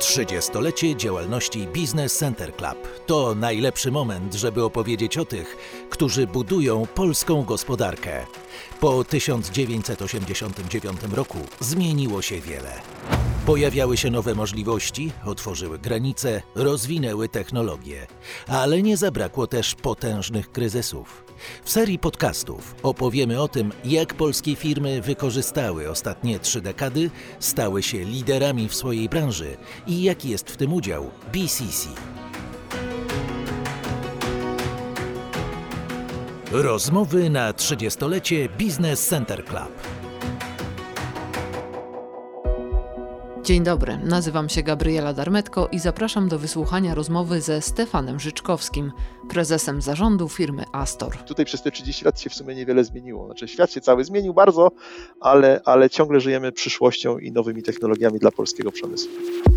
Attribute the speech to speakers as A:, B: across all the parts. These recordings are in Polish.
A: 30-lecie działalności Business Center Club to najlepszy moment, żeby opowiedzieć o tych, którzy budują polską gospodarkę. Po 1989 roku zmieniło się wiele. Pojawiały się nowe możliwości, otworzyły granice, rozwinęły technologie, ale nie zabrakło też potężnych kryzysów. W serii podcastów opowiemy o tym, jak polskie firmy wykorzystały ostatnie 3 dekady, stały się liderami w swojej branży i jaki jest w tym udział BCC. Rozmowy na 30-lecie Business Center Club.
B: Dzień dobry, nazywam się Gabriela Darmetko i zapraszam do wysłuchania rozmowy ze Stefanem Życzkowskim, prezesem zarządu firmy Astor.
C: Tutaj przez te 30 lat się w sumie niewiele zmieniło. Znaczy świat się cały zmienił bardzo, ale ciągle żyjemy przyszłością i nowymi technologiami dla polskiego przemysłu.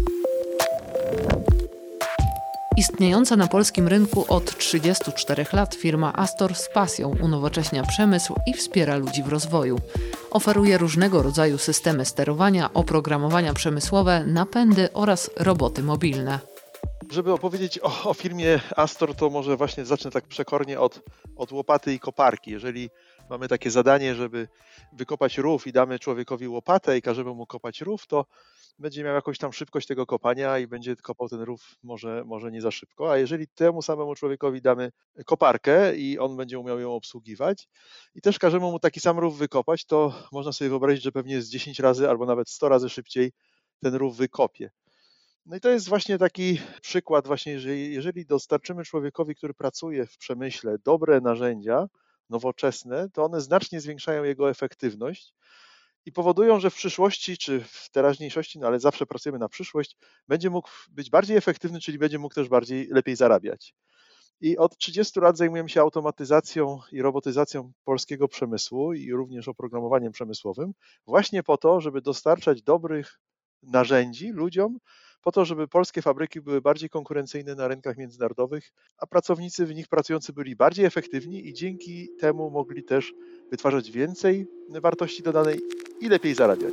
B: Istniejąca na polskim rynku od 34 lat firma Astor z pasją unowocześnia przemysł i wspiera ludzi w rozwoju. Oferuje różnego rodzaju systemy sterowania, oprogramowania przemysłowe, napędy oraz roboty mobilne.
C: Żeby opowiedzieć o firmie Astor, to może właśnie zacznę tak przekornie od łopaty i koparki. Jeżeli mamy takie zadanie, żeby wykopać rów i damy człowiekowi łopatę i każemy mu kopać rów, to będzie miał jakąś tam szybkość tego kopania i będzie kopał ten rów może nie za szybko, a jeżeli temu samemu człowiekowi damy koparkę i on będzie umiał ją obsługiwać i też każemy mu taki sam rów wykopać, to można sobie wyobrazić, że pewnie z 10 razy albo nawet 100 razy szybciej ten rów wykopie. No i to jest właśnie taki przykład właśnie, że jeżeli dostarczymy człowiekowi, który pracuje w przemyśle, dobre narzędzia nowoczesne, to one znacznie zwiększają jego efektywność i powodują, że w przyszłości czy w teraźniejszości, ale zawsze pracujemy na przyszłość, będzie mógł być bardziej efektywny, czyli będzie mógł też lepiej zarabiać. I od 30 lat zajmujemy się automatyzacją i robotyzacją polskiego przemysłu i również oprogramowaniem przemysłowym, właśnie po to, żeby dostarczać dobrych narzędzi ludziom, po to, żeby polskie fabryki były bardziej konkurencyjne na rynkach międzynarodowych, a pracownicy w nich pracujący byli bardziej efektywni i dzięki temu mogli też wytwarzać więcej wartości dodanej i lepiej zarabiać.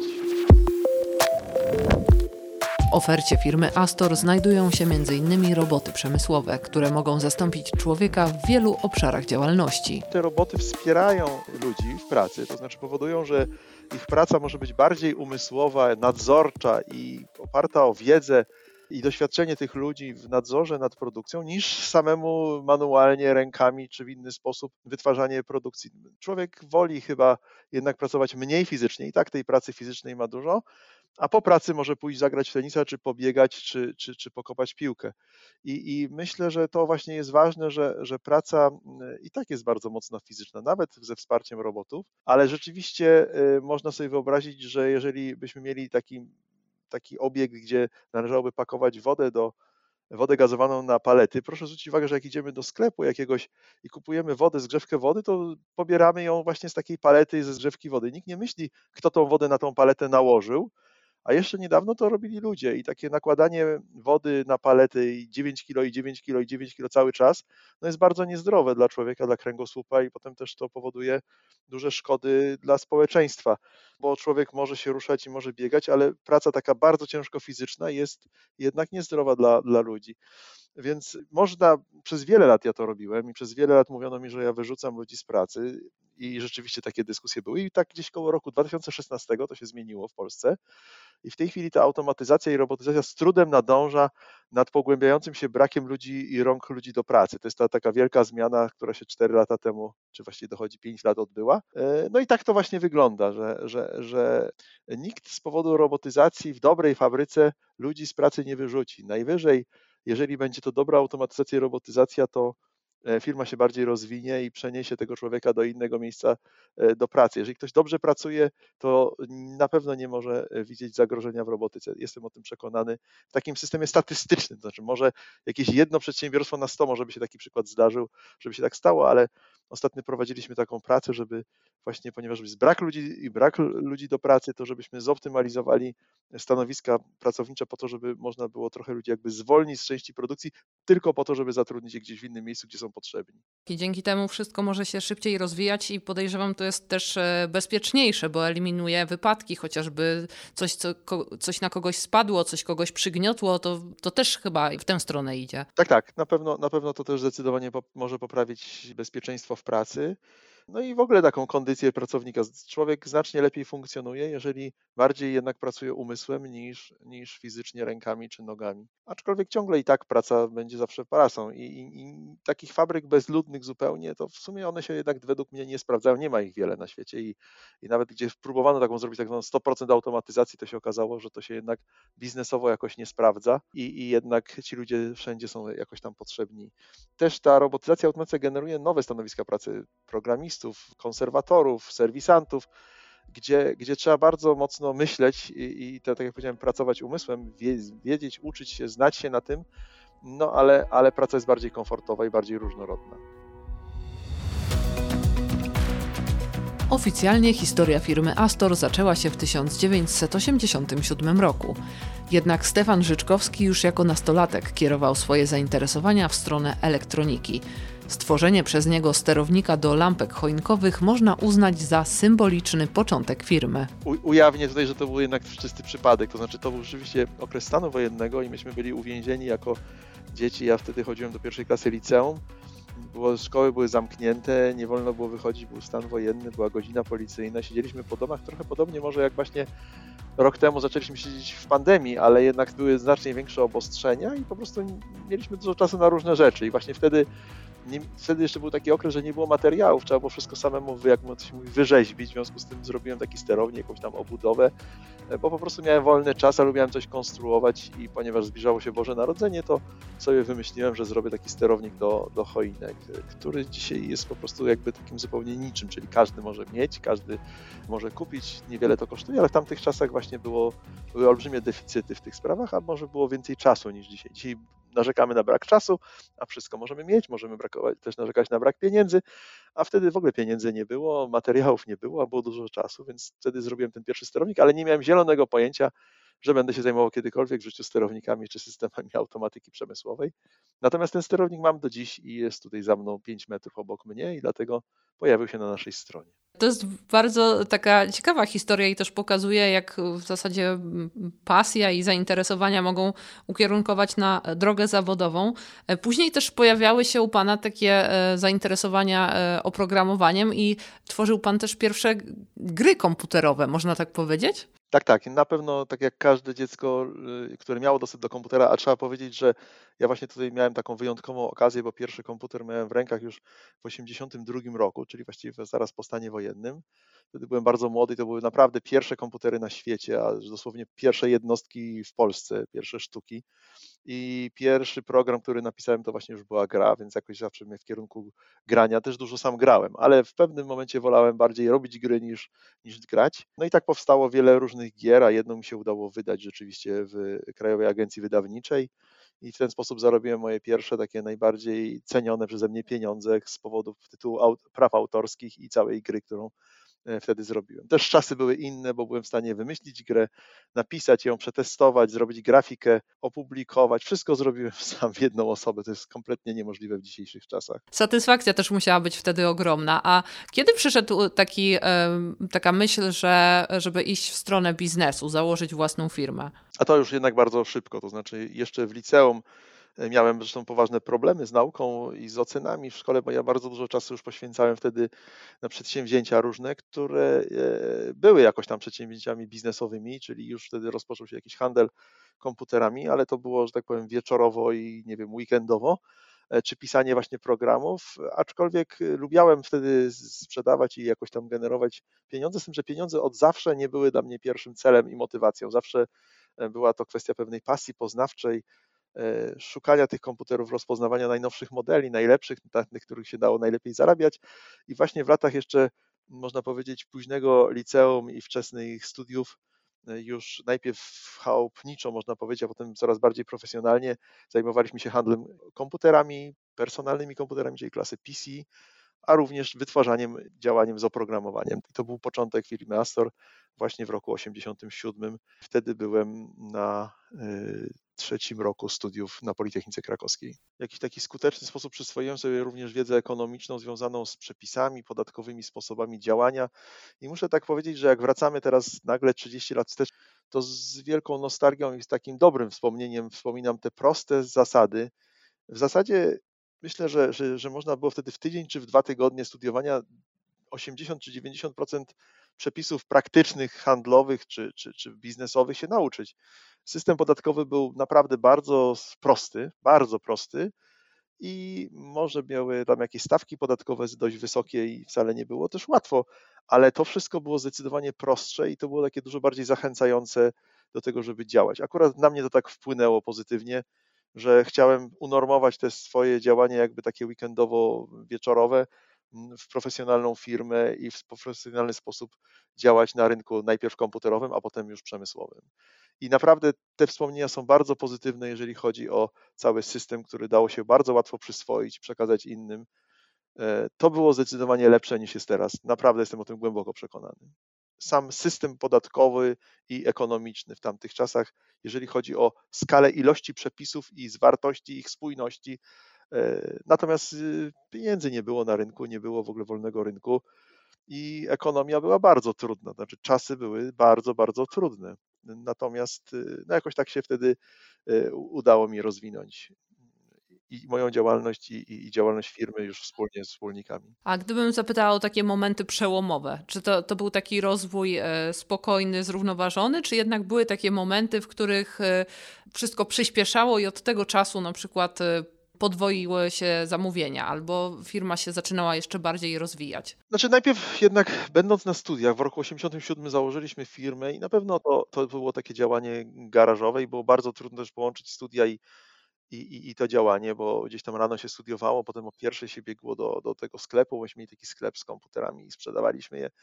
B: W ofercie firmy Astor znajdują się m.in. roboty przemysłowe, które mogą zastąpić człowieka w wielu obszarach działalności.
C: Te roboty wspierają ludzi w pracy, to znaczy powodują, że ich praca może być bardziej umysłowa, nadzorcza i oparta o wiedzę i doświadczenie tych ludzi w nadzorze nad produkcją, niż samemu manualnie, rękami czy w inny sposób wytwarzanie produkcji. Człowiek woli chyba jednak pracować mniej fizycznie i tak tej pracy fizycznej ma dużo, a po pracy może pójść zagrać w tenisa, czy pobiegać, czy pokopać piłkę. I myślę, że to właśnie jest ważne, że praca i tak jest bardzo mocno fizyczna, nawet ze wsparciem robotów, ale rzeczywiście można sobie wyobrazić, że jeżeli byśmy mieli taki obiekt, gdzie należałoby pakować wodę gazowaną na palety. Proszę zwrócić uwagę, że jak idziemy do sklepu jakiegoś i kupujemy wodę, zgrzewkę wody, to pobieramy ją właśnie z takiej palety, ze zgrzewki wody. Nikt nie myśli, kto tą wodę na tą paletę nałożył, a jeszcze niedawno to robili ludzie i takie nakładanie wody na palety i 9 kilo i 9 kilo i 9 kilo cały czas, no jest bardzo niezdrowe dla człowieka, dla kręgosłupa i potem też to powoduje duże szkody dla społeczeństwa, bo człowiek może się ruszać i może biegać, ale praca taka bardzo ciężko fizyczna jest jednak niezdrowa dla ludzi. Więc można, przez wiele lat ja to robiłem i przez wiele lat mówiono mi, że ja wyrzucam ludzi z pracy i rzeczywiście takie dyskusje były i tak gdzieś koło roku 2016 to się zmieniło w Polsce i w tej chwili ta automatyzacja i robotyzacja z trudem nadąża nad pogłębiającym się brakiem ludzi i rąk ludzi do pracy. To jest ta taka wielka zmiana, która się 4 lata temu, czy właściwie dochodzi 5 lat odbyła. No i tak to właśnie wygląda, że nikt z powodu robotyzacji w dobrej fabryce ludzi z pracy nie wyrzuci. Najwyżej, jeżeli będzie to dobra automatyzacja i robotyzacja, to firma się bardziej rozwinie i przeniesie tego człowieka do innego miejsca do pracy. Jeżeli ktoś dobrze pracuje, to na pewno nie może widzieć zagrożenia w robotyce. Jestem o tym przekonany w takim systemie statystycznym. To znaczy może jakieś jedno przedsiębiorstwo na 100 może by się taki przykład zdarzył, żeby się tak stało, ale ostatnio prowadziliśmy taką pracę, żeby właśnie, ponieważ jest brak ludzi do pracy, to żebyśmy zoptymalizowali stanowiska pracownicze po to, żeby można było trochę ludzi jakby zwolnić z części produkcji, tylko po to, żeby zatrudnić je gdzieś w innym miejscu, gdzie są potrzebni.
B: I dzięki temu wszystko może się szybciej rozwijać i podejrzewam, to jest też bezpieczniejsze, bo eliminuje wypadki, chociażby coś na kogoś spadło, coś kogoś przygniotło, to też chyba w tę stronę idzie.
C: Tak, na pewno to też zdecydowanie może poprawić bezpieczeństwo w pracy. No i w ogóle taką kondycję pracownika. Człowiek znacznie lepiej funkcjonuje, jeżeli bardziej jednak pracuje umysłem niż fizycznie rękami czy nogami. Aczkolwiek ciągle i tak praca będzie zawsze pracą i takich fabryk bezludnych zupełnie, to w sumie one się jednak według mnie nie sprawdzają. Nie ma ich wiele na świecie i nawet gdzie próbowano taką zrobić tak zwaną 100% automatyzacji, to się okazało, że to się jednak biznesowo jakoś nie sprawdza i jednak ci ludzie wszędzie są jakoś tam potrzebni. Też ta robotyzacja, automatyzacja generuje nowe stanowiska pracy programistów, konserwatorów, serwisantów, gdzie trzeba bardzo mocno myśleć i tak jak powiedziałem, pracować umysłem, wiedzieć, uczyć się, znać się na tym, no ale praca jest bardziej komfortowa i bardziej różnorodna.
B: Oficjalnie historia firmy Astor zaczęła się w 1987 roku. Jednak Stefan Życzkowski już jako nastolatek kierował swoje zainteresowania w stronę elektroniki. Stworzenie przez niego sterownika do lampek choinkowych można uznać za symboliczny początek firmy.
C: Ujawnię tutaj, że to był jednak czysty przypadek, to znaczy to był rzeczywiście okres stanu wojennego i myśmy byli uwięzieni jako dzieci. Ja wtedy chodziłem do pierwszej klasy liceum. Szkoły były zamknięte, nie wolno było wychodzić, był stan wojenny, była godzina policyjna, siedzieliśmy po domach, trochę podobnie może jak właśnie rok temu zaczęliśmy siedzieć w pandemii, ale jednak były znacznie większe obostrzenia i po prostu mieliśmy dużo czasu na różne rzeczy i właśnie wtedy jeszcze był taki okres, że nie było materiałów, trzeba było wszystko samemu, jak to się mówi, wyrzeźbić, w związku z tym zrobiłem taki sterownik, jakąś tam obudowę, bo po prostu miałem wolny czas, a lubiłem coś konstruować i ponieważ zbliżało się Boże Narodzenie, to sobie wymyśliłem, że zrobię taki sterownik do choinek, który dzisiaj jest po prostu jakby takim zupełnie niczym, czyli każdy może mieć, każdy może kupić, niewiele to kosztuje, ale w tamtych czasach właśnie były olbrzymie deficyty w tych sprawach, a może było więcej czasu niż dzisiaj. Dzisiaj narzekamy na brak czasu, a wszystko możemy mieć, możemy też narzekać na brak pieniędzy, a wtedy w ogóle pieniędzy nie było, materiałów nie było, a było dużo czasu, więc wtedy zrobiłem ten pierwszy sterownik, ale nie miałem zielonego pojęcia, że będę się zajmował kiedykolwiek w życiu sterownikami czy systemami automatyki przemysłowej. Natomiast ten sterownik mam do dziś i jest tutaj za mną 5 metrów obok mnie i dlatego pojawił się na naszej stronie.
B: To jest bardzo taka ciekawa historia i też pokazuje, jak w zasadzie pasja i zainteresowania mogą ukierunkować na drogę zawodową. Później też pojawiały się u Pana takie zainteresowania oprogramowaniem i tworzył Pan też pierwsze gry komputerowe, można tak powiedzieć?
C: Tak. Na pewno tak jak każde dziecko, które miało dostęp do komputera, a trzeba powiedzieć, że ja właśnie tutaj miałem taką wyjątkową okazję, bo pierwszy komputer miałem w rękach już w 1982 roku, czyli właściwie zaraz po stanie wojennym. Wtedy byłem bardzo młody i to były naprawdę pierwsze komputery na świecie, a dosłownie pierwsze jednostki w Polsce, pierwsze sztuki. I pierwszy program, który napisałem, to właśnie już była gra, więc jakoś zawsze mnie w kierunku grania też dużo sam grałem, ale w pewnym momencie wolałem bardziej robić gry niż grać. No i tak powstało wiele różnych gier, a jedną mi się udało wydać rzeczywiście w Krajowej Agencji Wydawniczej i w ten sposób zarobiłem moje pierwsze takie najbardziej cenione przeze mnie pieniądze z powodu tytułu praw autorskich i całej gry, którą wtedy zrobiłem. Też czasy były inne, bo byłem w stanie wymyślić grę, napisać ją, przetestować, zrobić grafikę, opublikować. Wszystko zrobiłem sam w jedną osobę. To jest kompletnie niemożliwe w dzisiejszych czasach.
B: Satysfakcja też musiała być wtedy ogromna. A kiedy przyszedł taka myśl, żeby iść w stronę biznesu, założyć własną firmę?
C: A to już jednak bardzo szybko. To znaczy jeszcze w liceum miałem zresztą poważne problemy z nauką i z ocenami w szkole, bo ja bardzo dużo czasu już poświęcałem wtedy na przedsięwzięcia różne, które były jakoś tam przedsięwzięciami biznesowymi, czyli już wtedy rozpoczął się jakiś handel komputerami, ale to było, że tak powiem, wieczorowo i nie wiem, weekendowo, czy pisanie właśnie programów, aczkolwiek lubiałem wtedy sprzedawać i jakoś tam generować pieniądze, z tym, że pieniądze od zawsze nie były dla mnie pierwszym celem i motywacją. Zawsze była to kwestia pewnej pasji poznawczej, szukania tych komputerów, rozpoznawania najnowszych modeli, najlepszych, na tych, których się dało najlepiej zarabiać. I właśnie w latach jeszcze, można powiedzieć, późnego liceum i wczesnych studiów, już najpierw chałupniczo, można powiedzieć, a potem coraz bardziej profesjonalnie zajmowaliśmy się handlem komputerami, personalnymi komputerami, czyli klasy PC, a również wytwarzaniem, działaniem z oprogramowaniem. I to był początek firmy Astor właśnie w roku 1987. Wtedy byłem na trzecim roku studiów na Politechnice Krakowskiej. W jakiś taki skuteczny sposób przyswoiłem sobie również wiedzę ekonomiczną związaną z przepisami podatkowymi, sposobami działania i muszę tak powiedzieć, że jak wracamy teraz nagle 30 lat wstecz, to z wielką nostalgią i z takim dobrym wspomnieniem wspominam te proste zasady. W zasadzie myślę, że można było wtedy w tydzień czy w 2 tygodnie studiowania 80 czy 90% przepisów praktycznych, handlowych czy biznesowych się nauczyć. System podatkowy był naprawdę bardzo prosty i może miały tam jakieś stawki podatkowe dość wysokie i wcale nie było też łatwo, ale to wszystko było zdecydowanie prostsze i to było takie dużo bardziej zachęcające do tego, żeby działać. Akurat na mnie to tak wpłynęło pozytywnie, że chciałem unormować te swoje działanie jakby takie weekendowo-wieczorowe w profesjonalną firmę i w profesjonalny sposób działać na rynku najpierw komputerowym, a potem już przemysłowym. I naprawdę te wspomnienia są bardzo pozytywne, jeżeli chodzi o cały system, który dało się bardzo łatwo przyswoić, przekazać innym. To było zdecydowanie lepsze niż jest teraz. Naprawdę jestem o tym głęboko przekonany. Sam system podatkowy i ekonomiczny w tamtych czasach, jeżeli chodzi o skalę ilości przepisów i zwartości ich spójności, natomiast pieniędzy nie było na rynku, nie było w ogóle wolnego rynku i ekonomia była bardzo trudna, znaczy czasy były bardzo trudne. Natomiast no jakoś tak się wtedy udało mi rozwinąć i moją działalność i działalność firmy już wspólnie z wspólnikami.
B: A gdybym zapytała o takie momenty przełomowe, czy to był taki rozwój spokojny, zrównoważony, czy jednak były takie momenty, w których wszystko przyspieszało i od tego czasu na przykład podwoiły się zamówienia albo firma się zaczynała jeszcze bardziej rozwijać?
C: Znaczy najpierw jednak będąc na studiach w roku 1987 założyliśmy firmę i na pewno to było takie działanie garażowe i było bardzo trudno też połączyć studia i to działanie, bo gdzieś tam rano się studiowało, potem o pierwszej się biegło do tego sklepu, myśmy mieli taki sklep z komputerami i sprzedawaliśmy je.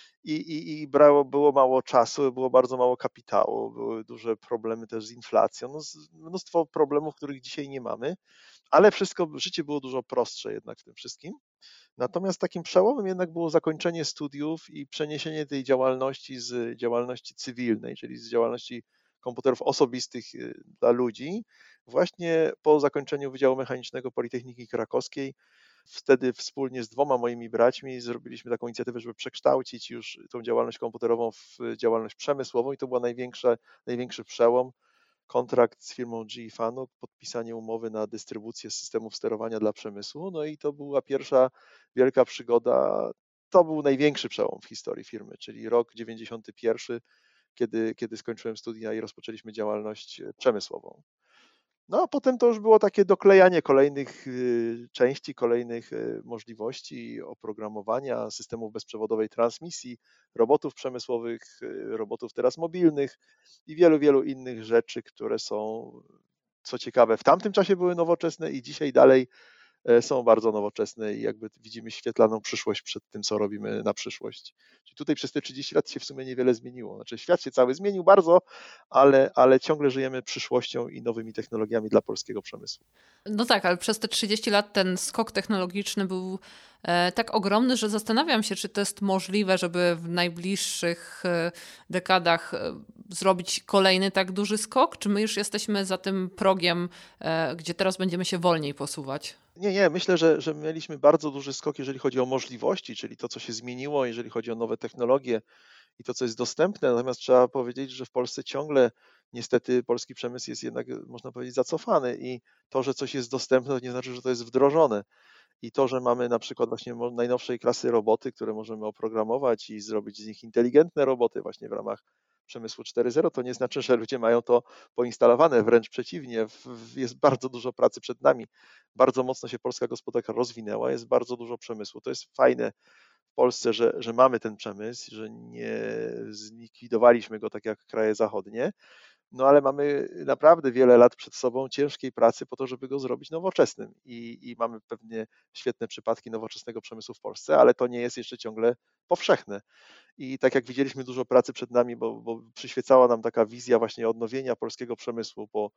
C: Było mało czasu, było bardzo mało kapitału, były duże problemy też z inflacją, no, mnóstwo problemów, których dzisiaj nie mamy, ale życie było dużo prostsze jednak w tym wszystkim. Natomiast takim przełomem jednak było zakończenie studiów i przeniesienie tej działalności z działalności cywilnej, czyli z działalności komputerów osobistych dla ludzi, właśnie po zakończeniu Wydziału Mechanicznego Politechniki Krakowskiej. Wtedy wspólnie z 2 moimi braćmi zrobiliśmy taką inicjatywę, żeby przekształcić już tą działalność komputerową w działalność przemysłową i to był największy przełom. Kontrakt z firmą GE Fanuc, podpisanie umowy na dystrybucję systemów sterowania dla przemysłu. No i to była pierwsza wielka przygoda. To był największy przełom w historii firmy, czyli rok 91, kiedy skończyłem studia i rozpoczęliśmy działalność przemysłową. No a potem to już było takie doklejanie kolejnych części, kolejnych możliwości oprogramowania, systemów bezprzewodowej transmisji, robotów przemysłowych, robotów teraz mobilnych i wielu innych rzeczy, które są, co ciekawe, w tamtym czasie były nowoczesne i dzisiaj dalej są bardzo nowoczesne i jakby widzimy świetlaną przyszłość przed tym, co robimy na przyszłość. Czyli tutaj przez te 30 lat się w sumie niewiele zmieniło. Znaczy świat się cały zmienił bardzo, ale ciągle żyjemy przyszłością i nowymi technologiami dla polskiego przemysłu.
B: No tak, ale przez te 30 lat ten skok technologiczny był tak ogromny, że zastanawiam się, czy to jest możliwe, żeby w najbliższych dekadach zrobić kolejny tak duży skok, czy my już jesteśmy za tym progiem, gdzie teraz będziemy się wolniej posuwać?
C: Nie, myślę, że mieliśmy bardzo duży skok, jeżeli chodzi o możliwości, czyli to, co się zmieniło, jeżeli chodzi o nowe technologie i to, co jest dostępne. Natomiast trzeba powiedzieć, że w Polsce ciągle niestety polski przemysł jest jednak, można powiedzieć, zacofany i to, że coś jest dostępne, to nie znaczy, że to jest wdrożone. I to, że mamy na przykład właśnie najnowszej klasy roboty, które możemy oprogramować i zrobić z nich inteligentne roboty właśnie w ramach przemysłu 4.0, to nie znaczy, że ludzie mają to poinstalowane, wręcz przeciwnie, jest bardzo dużo pracy przed nami. Bardzo mocno się polska gospodarka rozwinęła, jest bardzo dużo przemysłu. To jest fajne w Polsce, że mamy ten przemysł, że nie zlikwidowaliśmy go tak jak kraje zachodnie, no ale mamy naprawdę wiele lat przed sobą ciężkiej pracy po to, żeby go zrobić nowoczesnym i mamy pewnie świetne przypadki nowoczesnego przemysłu w Polsce, ale to nie jest jeszcze ciągle powszechne. I tak jak widzieliśmy, dużo pracy przed nami, bo przyświecała nam taka wizja właśnie odnowienia polskiego przemysłu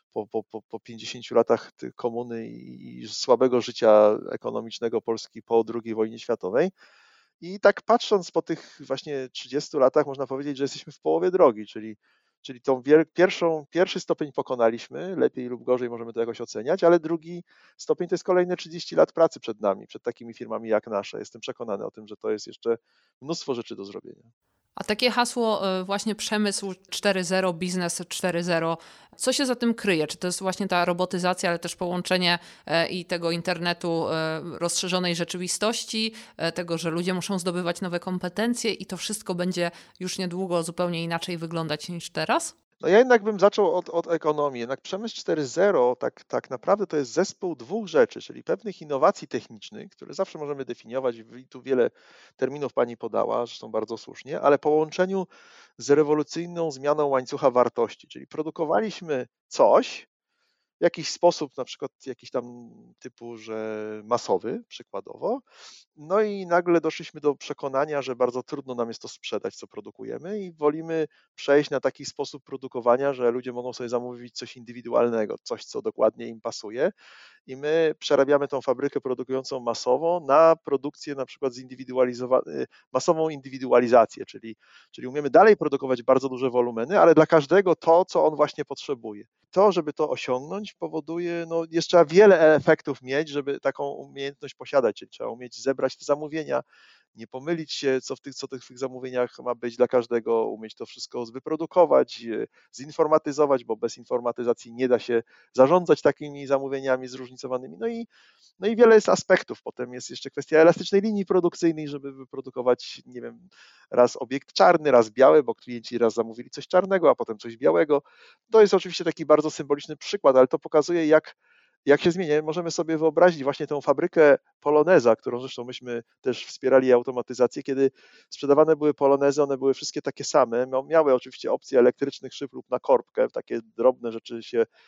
C: po 50 latach komuny i słabego życia ekonomicznego Polski po II wojnie światowej. I tak patrząc po tych właśnie 30 latach można powiedzieć, że jesteśmy w połowie drogi, czyli tą pierwszy stopień pokonaliśmy, lepiej lub gorzej możemy to jakoś oceniać, ale drugi stopień to jest kolejne 30 lat pracy przed nami, przed takimi firmami jak nasze. Jestem przekonany o tym, że to jest jeszcze mnóstwo rzeczy do zrobienia.
B: A takie hasło właśnie przemysł 4.0, biznes 4.0, co się za tym kryje? Czy to jest właśnie ta robotyzacja, ale też połączenie i tego internetu rozszerzonej rzeczywistości, tego, że ludzie muszą zdobywać nowe kompetencje i to wszystko będzie już niedługo zupełnie inaczej wyglądać niż teraz?
C: No ja jednak bym zaczął od ekonomii. Jednak przemysł 4.0 tak naprawdę to jest zespół dwóch rzeczy, czyli pewnych innowacji technicznych, które zawsze możemy definiować i tu wiele terminów pani podała, zresztą bardzo słusznie, ale połączeniu z rewolucyjną zmianą łańcucha wartości, czyli produkowaliśmy coś w jakiś sposób, na przykład jakiś tam typu, że masowy przykładowo, no i nagle doszliśmy do przekonania, że bardzo trudno nam jest to sprzedać, co produkujemy i wolimy przejść na taki sposób produkowania, że ludzie mogą sobie zamówić coś indywidualnego, coś, co dokładnie im pasuje i my przerabiamy tą fabrykę produkującą masowo na produkcję na przykład masową indywidualizację, czyli umiemy dalej produkować bardzo duże wolumeny, ale dla każdego to, co on właśnie potrzebuje. To, żeby to osiągnąć, powoduje, no jest trzeba wiele efektów mieć, żeby taką umiejętność posiadać, czyli trzeba umieć zebrać te zamówienia, nie pomylić się, co w tych zamówieniach ma być dla każdego, umieć to wszystko wyprodukować, zinformatyzować, bo bez informatyzacji nie da się zarządzać takimi zamówieniami zróżnicowanymi. No i wiele jest aspektów. Potem jest jeszcze kwestia elastycznej linii produkcyjnej, żeby wyprodukować, nie wiem, raz obiekt czarny, raz biały, bo klienci raz zamówili coś czarnego, a potem coś białego. To jest oczywiście taki bardzo symboliczny przykład, ale to pokazuje, jak się zmienia. Możemy sobie wyobrazić właśnie tę fabrykę Poloneza, którą zresztą myśmy też wspierali automatyzację, kiedy sprzedawane były Polonezy, one były wszystkie takie same, miały oczywiście opcje elektrycznych szyb lub na korbkę, takie drobne rzeczy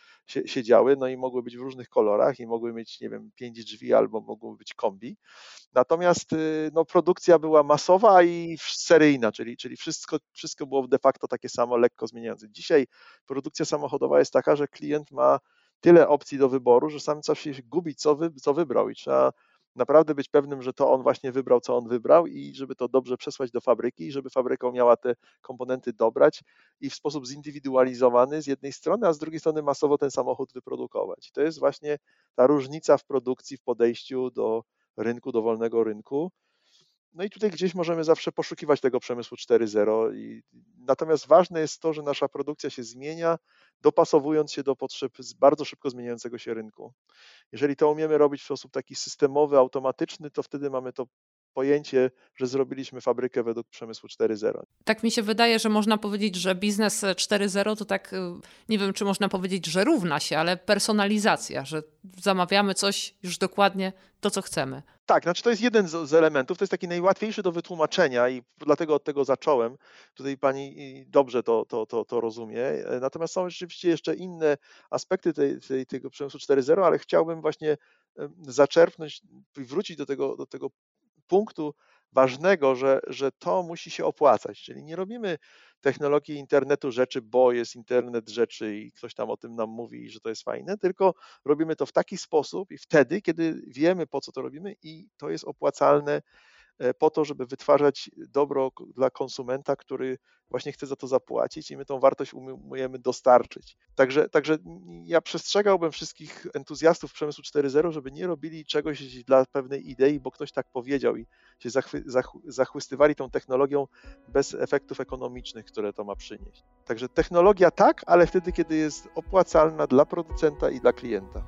C: się działy, no i mogły być w różnych kolorach i mogły mieć, nie wiem, 5 drzwi albo mogły być kombi. Natomiast no, produkcja była masowa i seryjna, czyli wszystko było de facto takie samo, lekko zmieniające. Dzisiaj produkcja samochodowa jest taka, że klient ma tyle opcji do wyboru, że sam zawsze się gubi, co wybrał i trzeba naprawdę być pewnym, że to on właśnie wybrał, co on wybrał i żeby to dobrze przesłać do fabryki i żeby fabryka miała te komponenty dobrać i w sposób zindywidualizowany z jednej strony, a z drugiej strony masowo ten samochód wyprodukować. I to jest właśnie ta różnica w produkcji, w podejściu do rynku, do wolnego rynku. No i tutaj gdzieś możemy zawsze poszukiwać tego przemysłu 4.0. Natomiast ważne jest to, że nasza produkcja się zmienia, dopasowując się do potrzeb bardzo szybko zmieniającego się rynku. Jeżeli to umiemy robić w sposób taki systemowy, automatyczny, to wtedy mamy to pojęcie, że zrobiliśmy fabrykę według przemysłu 4.0.
B: Tak mi się wydaje, że można powiedzieć, że biznes 4.0 to tak, nie wiem, czy można powiedzieć, że równa się, ale personalizacja, że zamawiamy coś już dokładnie to, co chcemy.
C: Tak, znaczy to jest jeden z elementów, to jest taki najłatwiejszy do wytłumaczenia i dlatego od tego zacząłem. Tutaj pani dobrze to rozumie. Natomiast są rzeczywiście jeszcze inne aspekty tego przemysłu 4.0, ale chciałbym właśnie zaczerpnąć i wrócić do tego punktu ważnego, że to musi się opłacać, czyli nie robimy technologii internetu rzeczy, bo jest internet rzeczy i ktoś tam o tym nam mówi, że to jest fajne, tylko robimy to w taki sposób i wtedy, kiedy wiemy, po co to robimy i to jest opłacalne po to, żeby wytwarzać dobro dla konsumenta, który właśnie chce za to zapłacić i my tą wartość umiemy dostarczyć. Także ja przestrzegałbym wszystkich entuzjastów przemysłu 4.0, żeby nie robili czegoś dla pewnej idei, bo ktoś tak powiedział i się zachwystywali tą technologią bez efektów ekonomicznych, które to ma przynieść. Także technologia tak, ale wtedy, kiedy jest opłacalna dla producenta i dla klienta.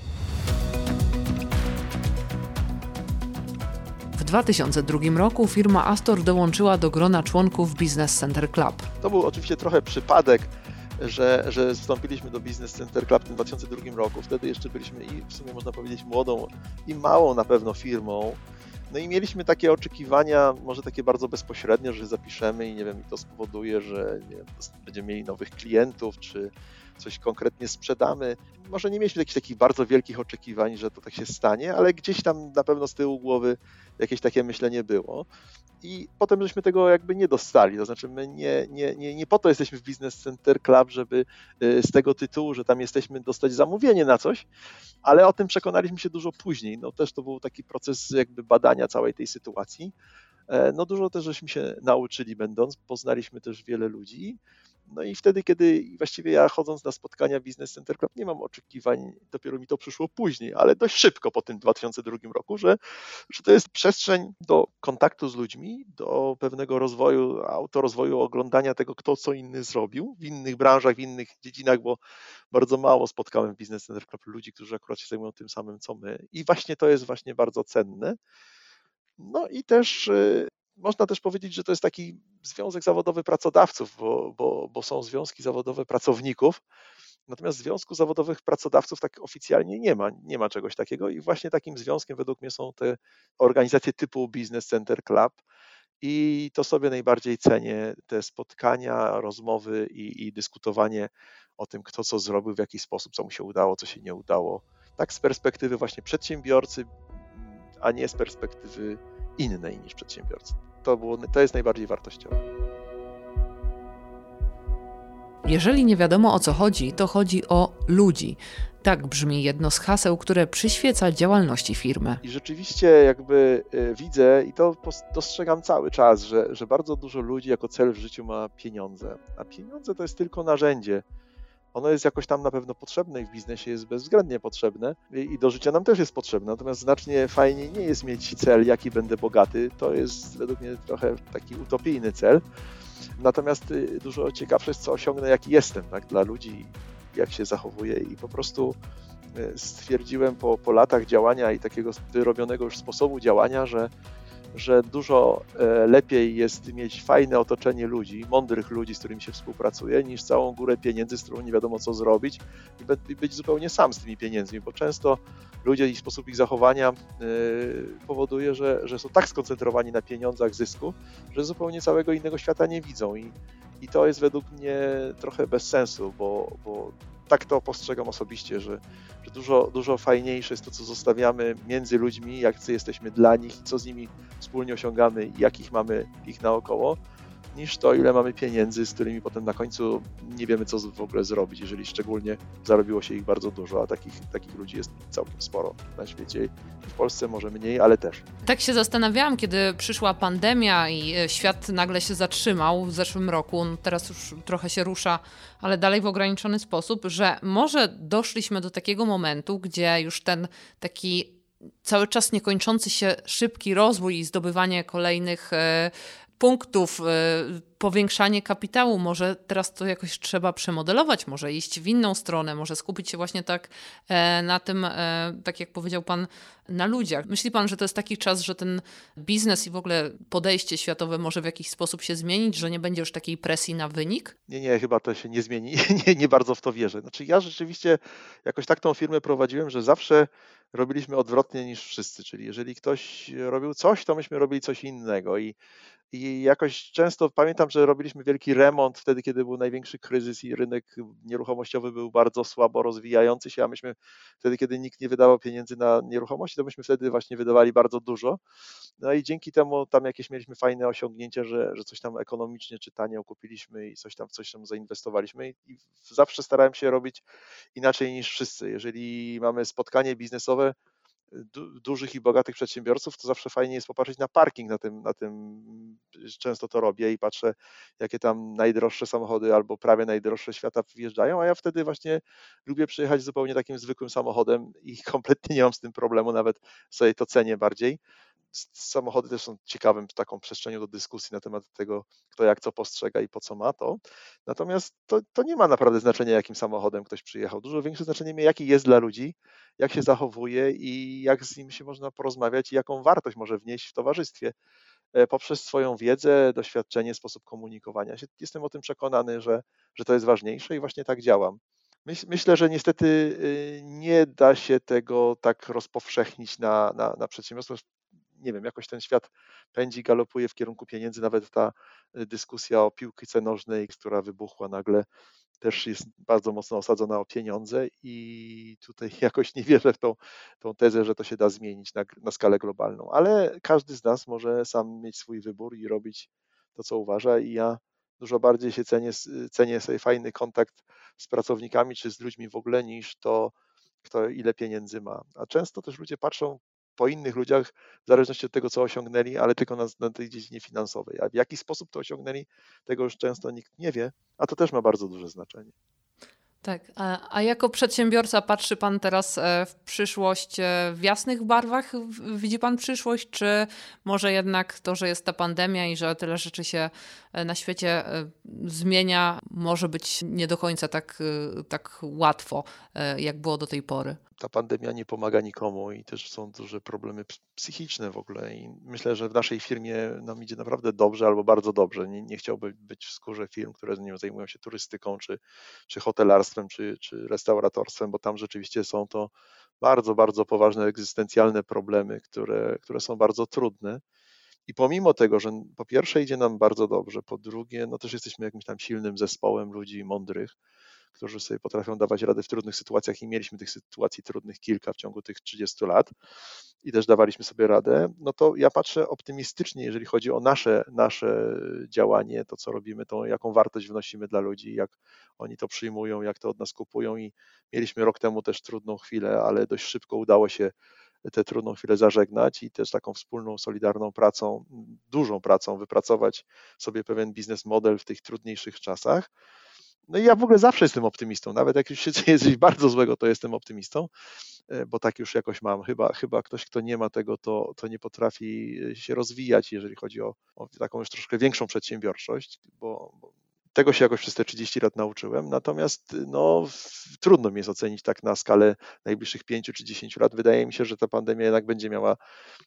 B: W 2002 roku firma Astor dołączyła do grona członków Business Center Club.
C: To był oczywiście trochę przypadek, że wstąpiliśmy do Business Center Club w 2002 roku. Wtedy jeszcze byliśmy i w sumie można powiedzieć młodą i małą na pewno firmą. No i mieliśmy takie oczekiwania, może takie bardzo bezpośrednie, że zapiszemy i nie wiem, i to spowoduje, że nie wiem, będziemy mieli nowych klientów, coś konkretnie sprzedamy. Może nie mieliśmy jakichś takich bardzo wielkich oczekiwań, że to tak się stanie, ale gdzieś tam na pewno z tyłu głowy jakieś takie myślenie było. I potem żeśmy tego jakby nie dostali. To znaczy my nie po to jesteśmy w Business Center Club, żeby z tego tytułu, że tam jesteśmy, dostać zamówienie na coś, ale o tym przekonaliśmy się dużo później. No też to był taki proces jakby badania całej tej sytuacji. No dużo też żeśmy się nauczyli będąc, poznaliśmy też wiele ludzi. No i wtedy, kiedy właściwie ja chodząc na spotkania Business Center Club, nie mam oczekiwań, dopiero mi to przyszło później, ale dość szybko po tym 2002 roku, że to jest przestrzeń do kontaktu z ludźmi, do pewnego rozwoju, autorozwoju, oglądania tego, kto co inny zrobił w innych branżach, w innych dziedzinach, bo bardzo mało spotkałem w Business Center Club ludzi, którzy akurat się zajmują tym samym, co my. I właśnie to jest właśnie bardzo cenne. No i też można też powiedzieć, że to jest taki związek zawodowy pracodawców, bo są związki zawodowe pracowników, natomiast związku zawodowych pracodawców tak oficjalnie nie ma czegoś takiego i właśnie takim związkiem według mnie są te organizacje typu Business Center Club i to sobie najbardziej cenię, te spotkania, rozmowy i dyskutowanie o tym, kto co zrobił, w jaki sposób, co mu się udało, co się nie udało. Tak z perspektywy właśnie przedsiębiorcy, a nie z perspektywy innej niż przedsiębiorcy. To jest najbardziej wartościowe.
B: Jeżeli nie wiadomo o co chodzi, to chodzi o ludzi. Tak brzmi jedno z haseł, które przyświeca działalności firmy.
C: I rzeczywiście jakby widzę i to dostrzegam cały czas, że bardzo dużo ludzi jako cel w życiu ma pieniądze, a pieniądze to jest tylko narzędzie. Ono jest jakoś tam na pewno potrzebne i w biznesie jest bezwzględnie potrzebne i do życia nam też jest potrzebne, natomiast znacznie fajniej nie jest mieć cel, jaki będę bogaty, to jest według mnie trochę taki utopijny cel, natomiast dużo ciekawsze jest, co osiągnę, jaki jestem, tak, dla ludzi, jak się zachowuję i po prostu stwierdziłem po latach działania i takiego wyrobionego już sposobu działania, że dużo lepiej jest mieć fajne otoczenie ludzi, mądrych ludzi, z którymi się współpracuje, niż całą górę pieniędzy, z którą nie wiadomo co zrobić i być zupełnie sam z tymi pieniędzmi, bo często ludzie i sposób ich zachowania powoduje, że są tak skoncentrowani na pieniądzach, zysku, że zupełnie całego innego świata nie widzą i to jest według mnie trochę bez sensu, bo tak to postrzegam osobiście, że dużo fajniejsze jest to, co zostawiamy między ludźmi, jak jesteśmy dla nich, co z nimi wspólnie osiągamy i jakich mamy ich naokoło, niż to, ile mamy pieniędzy, z którymi potem na końcu nie wiemy, co w ogóle zrobić, jeżeli szczególnie zarobiło się ich bardzo dużo, a takich ludzi jest całkiem sporo na świecie. W Polsce może mniej, ale też.
B: Tak się zastanawiałam, kiedy przyszła pandemia i świat nagle się zatrzymał w zeszłym roku, no teraz już trochę się rusza, ale dalej w ograniczony sposób, że może doszliśmy do takiego momentu, gdzie już ten taki cały czas niekończący się szybki rozwój i zdobywanie kolejnych punktów, powiększanie kapitału, może teraz to jakoś trzeba przemodelować, może iść w inną stronę, może skupić się właśnie tak na tym, tak jak powiedział Pan, na ludziach. Myśli Pan, że to jest taki czas, że ten biznes i w ogóle podejście światowe może w jakiś sposób się zmienić, że nie będzie już takiej presji na wynik?
C: Nie, chyba to się nie zmieni. Nie bardzo w to wierzę. Znaczy ja rzeczywiście jakoś tak tą firmę prowadziłem, że zawsze robiliśmy odwrotnie niż wszyscy, czyli jeżeli ktoś robił coś, to myśmy robili coś innego i jakoś często pamiętam, że robiliśmy wielki remont wtedy, kiedy był największy kryzys i rynek nieruchomościowy był bardzo słabo rozwijający się, a myśmy wtedy, kiedy nikt nie wydawał pieniędzy na nieruchomości, to myśmy wtedy właśnie wydawali bardzo dużo. No i dzięki temu tam jakieś mieliśmy fajne osiągnięcia, że coś tam ekonomicznie czy tanio kupiliśmy i coś tam zainwestowaliśmy i zawsze starałem się robić inaczej niż wszyscy. Jeżeli mamy spotkanie biznesowe dużych i bogatych przedsiębiorców, to zawsze fajnie jest popatrzeć na parking na tym często to robię i patrzę, jakie tam najdroższe samochody albo prawie najdroższe świata wjeżdżają, a ja wtedy właśnie lubię przyjechać zupełnie takim zwykłym samochodem i kompletnie nie mam z tym problemu, nawet sobie to cenię bardziej. Samochody też są ciekawym taką przestrzenią do dyskusji na temat tego, kto jak co postrzega i po co ma to. Natomiast to nie ma naprawdę znaczenia, jakim samochodem ktoś przyjechał. Dużo większe znaczenie ma, jaki jest dla ludzi, jak się zachowuje i jak z nim się można porozmawiać i jaką wartość może wnieść w towarzystwie poprzez swoją wiedzę, doświadczenie, sposób komunikowania się. Jestem o tym przekonany, że to jest ważniejsze i właśnie tak działam. Myślę, że niestety nie da się tego tak rozpowszechnić na przedsiębiorstwo. Nie wiem, jakoś ten świat pędzi, galopuje w kierunku pieniędzy. Nawet ta dyskusja o piłce nożnej, która wybuchła nagle też jest bardzo mocno osadzona o pieniądze i tutaj jakoś nie wierzę w tą tezę, że to się da zmienić na skalę globalną, ale każdy z nas może sam mieć swój wybór i robić to, co uważa i ja dużo bardziej się cenię sobie fajny kontakt z pracownikami czy z ludźmi w ogóle niż to, kto ile pieniędzy ma. A często też ludzie patrzą po innych ludziach w zależności od tego, co osiągnęli, ale tylko na tej dziedzinie finansowej. A w jaki sposób to osiągnęli, tego już często nikt nie wie, a to też ma bardzo duże znaczenie.
B: Tak, a jako przedsiębiorca patrzy pan teraz w przyszłość w jasnych barwach? Widzi pan przyszłość, czy może jednak to, że jest ta pandemia i że tyle rzeczy się na świecie zmienia, może być nie do końca tak łatwo, jak było do tej pory?
C: Ta pandemia nie pomaga nikomu i też są duże problemy psychiczne w ogóle i myślę, że w naszej firmie nam idzie naprawdę dobrze albo bardzo dobrze. Nie chciałbym być w skórze firm, które nie wiem, zajmują się turystyką, czy hotelarstwem, czy restauratorstwem, bo tam rzeczywiście są to bardzo, bardzo poważne egzystencjalne problemy, które są bardzo trudne. I pomimo tego, że po pierwsze idzie nam bardzo dobrze, po drugie, no też jesteśmy jakimś tam silnym zespołem ludzi mądrych, którzy sobie potrafią dawać radę w trudnych sytuacjach i mieliśmy tych sytuacji trudnych kilka w ciągu tych 30 lat i też dawaliśmy sobie radę, no to ja patrzę optymistycznie, jeżeli chodzi o nasze działanie, to co robimy, to jaką wartość wnosimy dla ludzi, jak oni to przyjmują, jak to od nas kupują i mieliśmy rok temu też trudną chwilę, ale dość szybko udało się tę trudną chwilę zażegnać i też taką wspólną, solidarną pracą, dużą pracą wypracować sobie pewien biznes model w tych trudniejszych czasach. No i ja w ogóle zawsze jestem optymistą, nawet jak już się dzieje coś bardzo złego, to jestem optymistą, bo tak już jakoś mam. Chyba ktoś, kto nie ma tego, to nie potrafi się rozwijać, jeżeli chodzi o taką już troszkę większą przedsiębiorczość, bo tego się jakoś przez te 30 lat nauczyłem, natomiast no, trudno mi jest ocenić tak na skalę najbliższych 5 czy 10 lat. Wydaje mi się, że ta pandemia jednak będzie miała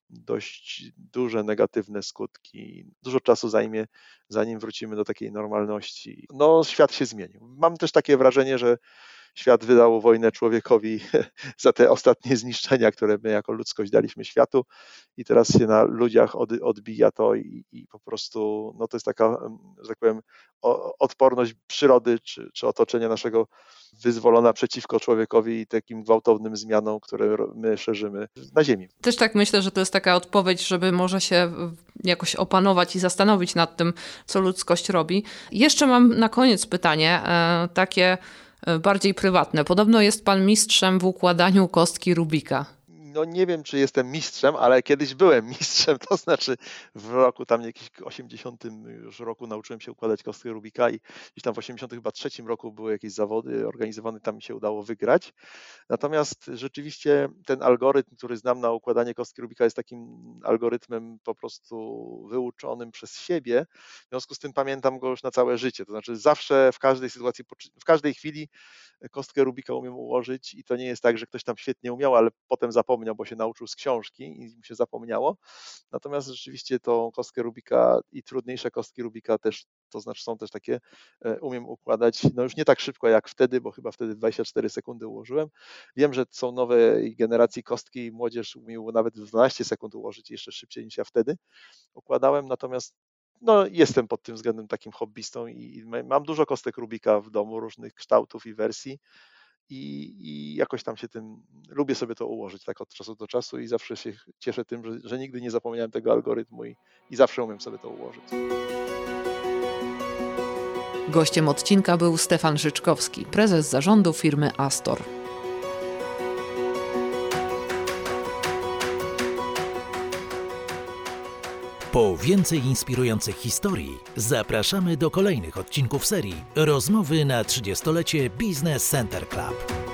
C: dość duże negatywne skutki. Dużo czasu zajmie, zanim wrócimy do takiej normalności. No, świat się zmienił. Mam też takie wrażenie, że świat wydał wojnę człowiekowi za te ostatnie zniszczenia, które my jako ludzkość daliśmy światu i teraz się na ludziach odbija to i po prostu no to jest taka, że tak powiem, odporność przyrody czy otoczenia naszego wyzwolona przeciwko człowiekowi i takim gwałtownym zmianom, które my szerzymy na ziemi.
B: Też tak myślę, że to jest taka odpowiedź, żeby może się jakoś opanować i zastanowić nad tym, co ludzkość robi. Jeszcze mam na koniec pytanie, takie bardziej prywatne. Podobno jest pan mistrzem w układaniu kostki Rubika.
C: No nie wiem, czy jestem mistrzem, ale kiedyś byłem mistrzem, to znaczy w roku tam jakimś 80 już roku nauczyłem się układać kostkę Rubika i gdzieś tam w 83 roku były jakieś zawody organizowane, tam mi się udało wygrać. Natomiast rzeczywiście ten algorytm, który znam na układanie kostki Rubika jest takim algorytmem po prostu wyuczonym przez siebie, w związku z tym pamiętam go już na całe życie, to znaczy zawsze w każdej sytuacji, w każdej chwili kostkę Rubika umiem ułożyć i to nie jest tak, że ktoś tam świetnie umiał, ale potem zapomniał, bo się nauczył z książki i mu się zapomniało. Natomiast rzeczywiście tą kostkę Rubika i trudniejsze kostki Rubika też, to znaczy są też takie, umiem układać, no już nie tak szybko jak wtedy, bo chyba wtedy 24 sekundy ułożyłem. Wiem, że są nowe generacji kostki i młodzież umie nawet w 12 sekund ułożyć jeszcze szybciej niż ja wtedy układałem, natomiast no, jestem pod tym względem takim hobbystą i mam dużo kostek Rubika w domu, różnych kształtów i wersji i jakoś tam się tym, lubię sobie to ułożyć tak od czasu do czasu i zawsze się cieszę tym, że nigdy nie zapomniałem tego algorytmu i zawsze umiem sobie to ułożyć.
B: Gościem odcinka był Stefan Życzkowski, prezes zarządu firmy Astor.
A: Po więcej inspirujących historii zapraszamy do kolejnych odcinków serii Rozmowy na 30-lecie Business Center Club.